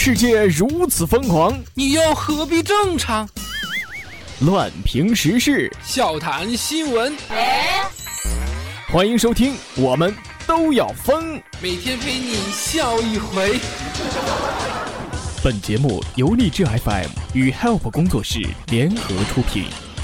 世界如此疯狂， 你又何必正常？ 乱评时事， 笑谈新闻， 欢迎收听，我们都要疯， 每天陪你笑一回。 本节目由荔枝 FM 与 Help 工作室联合出品。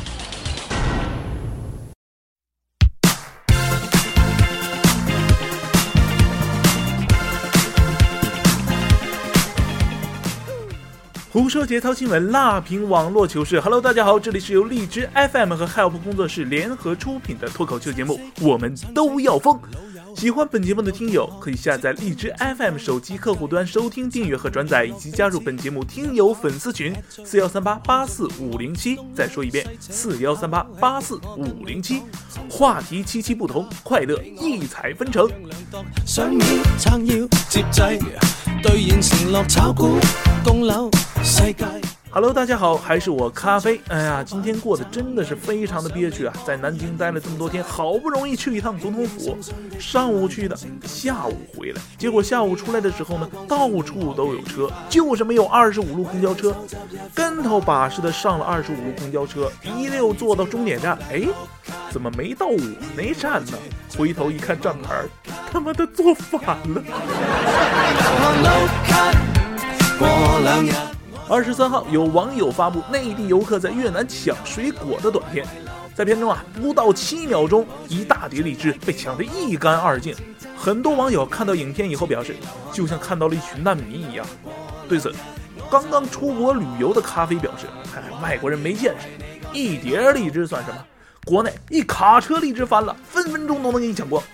胡说节操新闻，辣评网络糗事。Hello， 大家好，这里是由荔枝 FM 和 Help 工作室联合出品的脱口秀节目，我们都要疯。喜欢本节目的听友可以下载荔枝 FM 手机客户端收听、订阅和转载，以及加入本节目听友粉丝群4138845507。再说一遍，4138845507。话題期期不同，快樂異彩紛呈。想要撐要接濟，兌現承諾炒股供樓世界。Hello， 大家好，还是我咖啡。哎呀，今天过得真的是非常的憋屈啊！在南京待了这么多天，好不容易去一趟总统府，上午去的，下午回来。结果下午出来的时候呢，到处都有车，就是没有25路公交车。跟头把式的上了25路公交车，一溜坐到终点站，哎，怎么没到我那站呢？回头一看站牌，他妈的坐反了。23号，有网友发布内地游客在越南抢水果的短片，在片中不到7秒钟，一大叠荔枝被抢得一干二净。很多网友看到影片以后表示，就像看到了一群难民一样。对此，刚刚出国旅游的咖啡表示，外国人没见识，一叠荔枝算什么？国内一卡车荔枝翻了，分分钟都能给你抢光。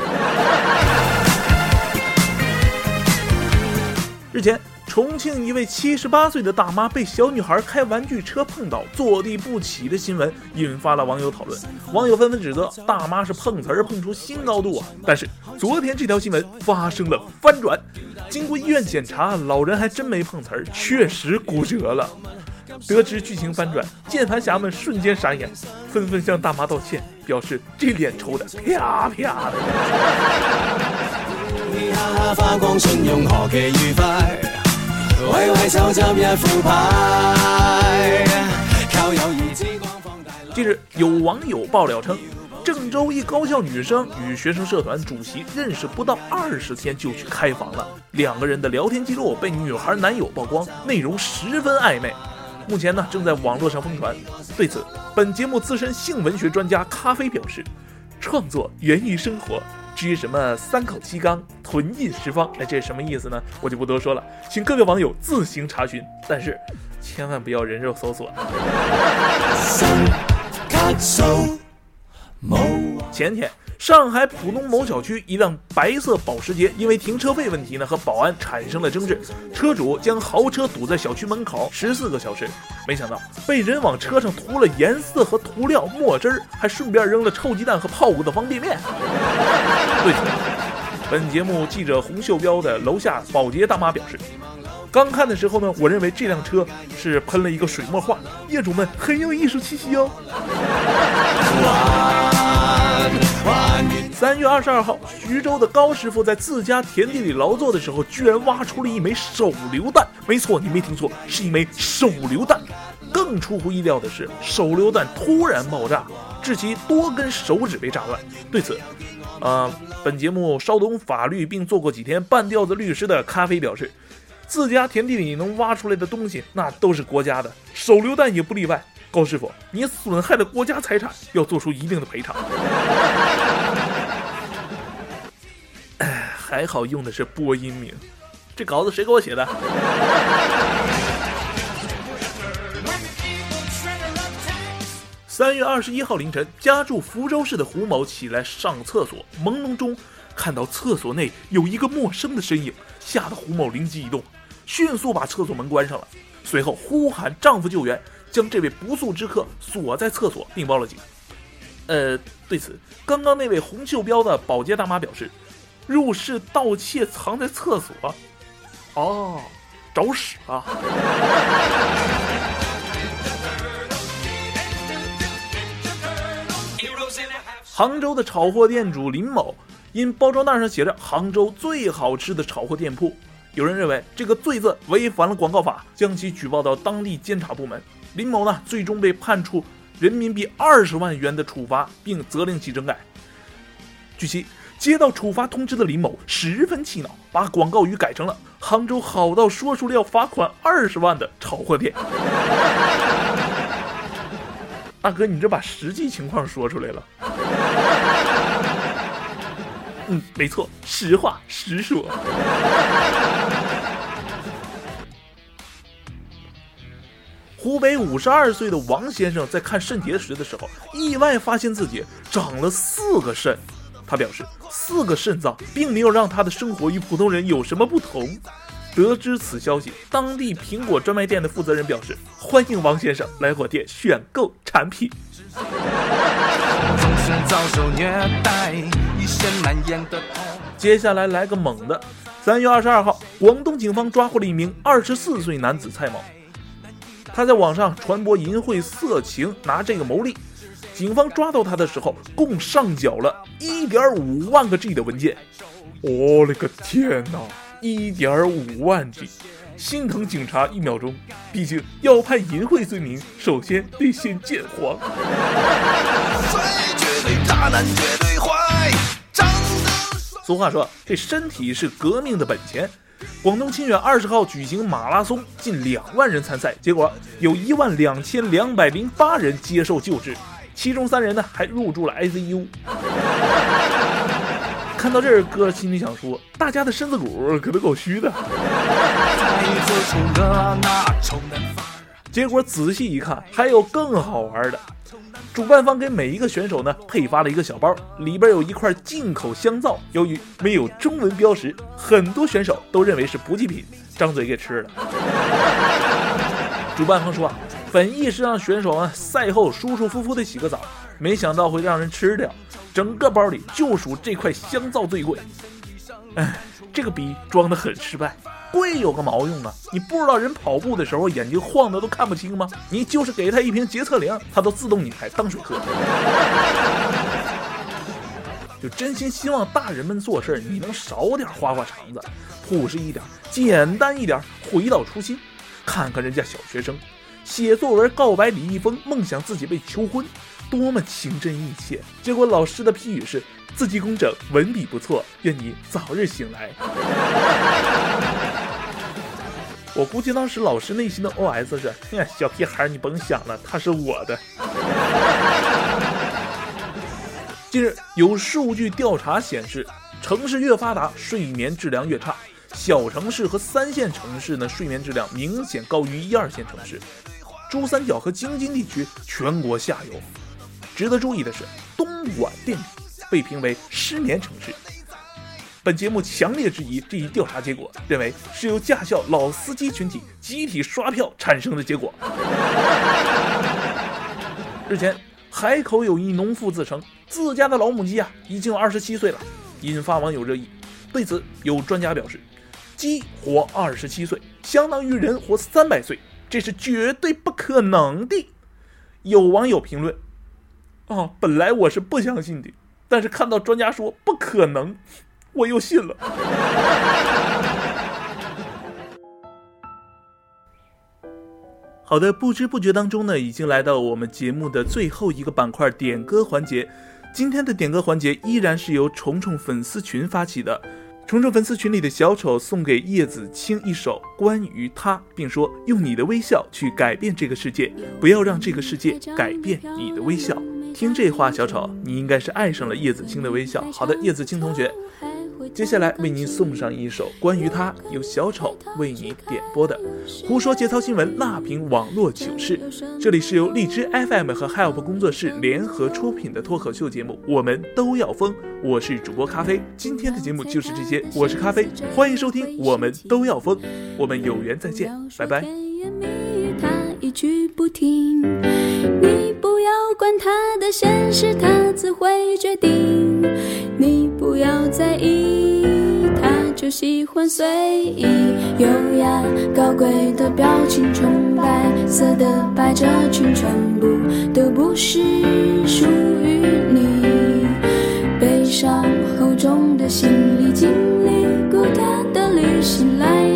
日前，重庆一位78岁的大妈被小女孩开玩具车碰倒，坐地不起的新闻引发了网友讨论。网友纷纷指责大妈是碰瓷儿碰出新高度啊！但是昨天这条新闻发生了翻转，经过医院检查，老人还真没碰瓷儿，确实骨折了。得知剧情翻转，键盘侠们瞬间傻眼，纷纷向大妈道歉，表示这脸抽的啪啪的。花光信用何其愉快，微微手執一副牌，靠友誼之光放大。近日有網友爆料稱，鄭州一高校女生與學生社團主席認識不到20天就去開房了，2個人的聊天記錄被女孩男友曝光，內容十分曖昧。目前呢，正在網絡上瘋傳。對此，本節目資深性文學專家咖啡表示，創作源於生活，至於什麼3口7缸、屯印10方，這是什麼意思呢？我就不多說了，請各位網友自行查詢，但是千萬不要人肉搜索。前天，上海浦東某小區一輛白色保時捷因為停車費問題呢，和保安產生了爭執，車主將豪車堵在小區門口14個小時，沒想到被人往車上塗了顏色和塗料墨汁，還順便扔了臭雞蛋和泡過的方便麵。對此，本節目記者洪秀標的樓下保潔大媽表示，剛看的時候呢，我認為這輛車是噴了一個水墨畫，業主們很有藝術氣息哦。3月22號，徐州的高師傅在自家田地裡勞作的時候，居然挖出了一枚手榴彈。沒錯，你沒聽錯，是一枚手榴彈。更出乎意料的是，手榴彈突然爆炸，致其多根手指被炸斷。對此，本節目稍懂法律並做過幾天半吊子律師的咖啡表示，自家田地裡能挖出來的東西，那都是國家的，手榴彈也不例外。高師傅，你損害了國家財產，要做出一定的賠償。還好用的是播音名，這稿子誰給我寫的？3月21號凌晨，家住福州市的胡某起來上廁所，朦朧中看到廁所內有一個陌生的身影，嚇得胡某靈機一動，迅速把廁所門關上了，隨後呼喊丈夫救援，將這位不速之客鎖在廁所並報了警。對此，剛剛那位洪秀標的保潔大媽表示，入室盜竊藏在廁所，哦，找屎啊！杭州的炒货店主林某因包装袋上写着杭州最好吃的炒货店铺， 有人认为这个罪字违反了广告法，将其举报到当地监察部门。林某呢，最终被判处人民币20万元的处罚，并责令其整改。据悉，接到处罚通知的林某十分气恼，把广告语改成了杭州好到说出了要罚款20万的炒货店。大哥，你这把实际情况说出来了。没错，实话实说。湖北52岁的王先生在看肾结石的时候，意外发现自己长了4个肾。他表示，4个肾脏并没有让他的生活与普通人有什么不同。得知此消息，当地苹果专卖店的负责人表示，欢迎王先生来我店选购产品。接下来来个猛的。3月22号，广东警方抓获了一名24岁男子蔡某，他在网上传播淫秽色情，拿这个牟利。警方抓到他的时候，共上缴了1.5万个 G 的文件。我勒个天哪，1.5万 G！ 心疼警察1秒钟，毕竟要判淫秽罪名，首先得先见黄。俗话说，这身体是革命的本钱。广东清远20号举行马拉松，近2万人参赛，结果有12208人接受救治，其中3人呢还入住了 ICU。看到这儿，哥心里想说，大家的身子骨可都够虚的。结果仔细一看，还有更好玩的。主办方给每一个选手呢配发了一个小包，里边有一块进口香皂，由于没有中文标识，很多选手都认为是补给品，张嘴给吃了。主办方说，本意是让选手赛后舒舒服服的洗个澡，没想到会让人吃掉，整个包里就属这块香皂最贵。这个逼装得很失败，贵有个毛用啊！你不知道人跑步的时候眼睛晃的都看不清吗？你就是给他一瓶洁厕灵，他都自动拧开当水喝。就真心希望大人们做事你能少点花花肠子，朴实一点，简单一点，回到初心。看看人家小学生写作文告白李易峰，梦想自己被求婚，多么情真意切。结果老师的批语是字迹工整，文笔不错，愿你早日醒来。我估计当时老师内心的 OS 是，小屁孩你甭想了，他是我的。近日有数据调查显示，城市越发达，睡眠质量越差，小城市和3线城市呢，睡眠质量明显高于1、2线城市。珠三角和京津地区全国下游。值得注意的是，东莞电比被评为失眠城市。本节目强烈质疑这一调查结果，认为是由驾校老司机群体集体刷票产生的结果。日前，海口有一农妇自称自家的老母鸡已经27岁了，引发网友热议。对此，有专家表示，鸡活27岁相当于人活300岁，这是绝对不可能的。有网友评论，本来我是不相信的，但是看到专家说不可能，我又信了。好的，不知不觉当中呢，已经来到我们节目的最后一个板块点歌环节。今天的点歌环节依然是由虫虫粉丝群发起的。虫虫粉丝群里的小丑送给叶子清一首关于他，并说用你的微笑去改变这个世界，不要让这个世界改变你的微笑。听这话，小丑，你应该是爱上了叶子清的微笑。好的，叶子清同学，接下来为您送上一首关于他，由小丑为您点播的胡说节操新闻辣评网络糗事。这里是由荔枝 FM 和 Help 工作室联合出品的脱口秀节目，我们都要疯。我是主播咖啡，今天的节目就是这些，我是咖啡，欢迎收听我们都要疯，我们有缘再见，拜拜。 一句不听，你不要管他的现实，他自会决定。你不要在意，他就喜欢随意。优雅高贵的表情，纯白色的百褶裙，全部都不是属于你。悲伤厚重的行李，经历孤单的旅行来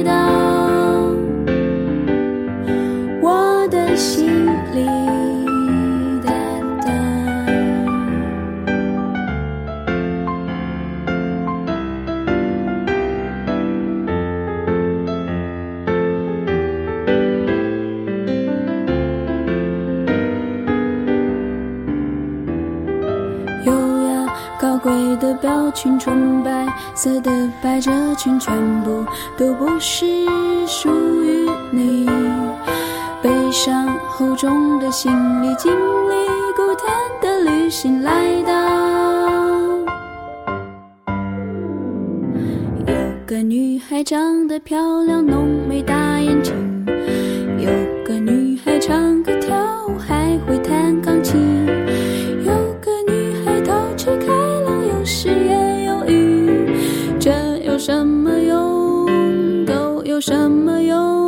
表情纯白色的百褶裙，全部都不是属于你。背上厚重的行李，经历孤单的旅行，来到有个女孩长得漂亮，浓眉大眼睛，有个女孩唱歌跳舞还会弹钢琴，有个女孩透气开朗，有时也有雨，这有什么用？都有什么用？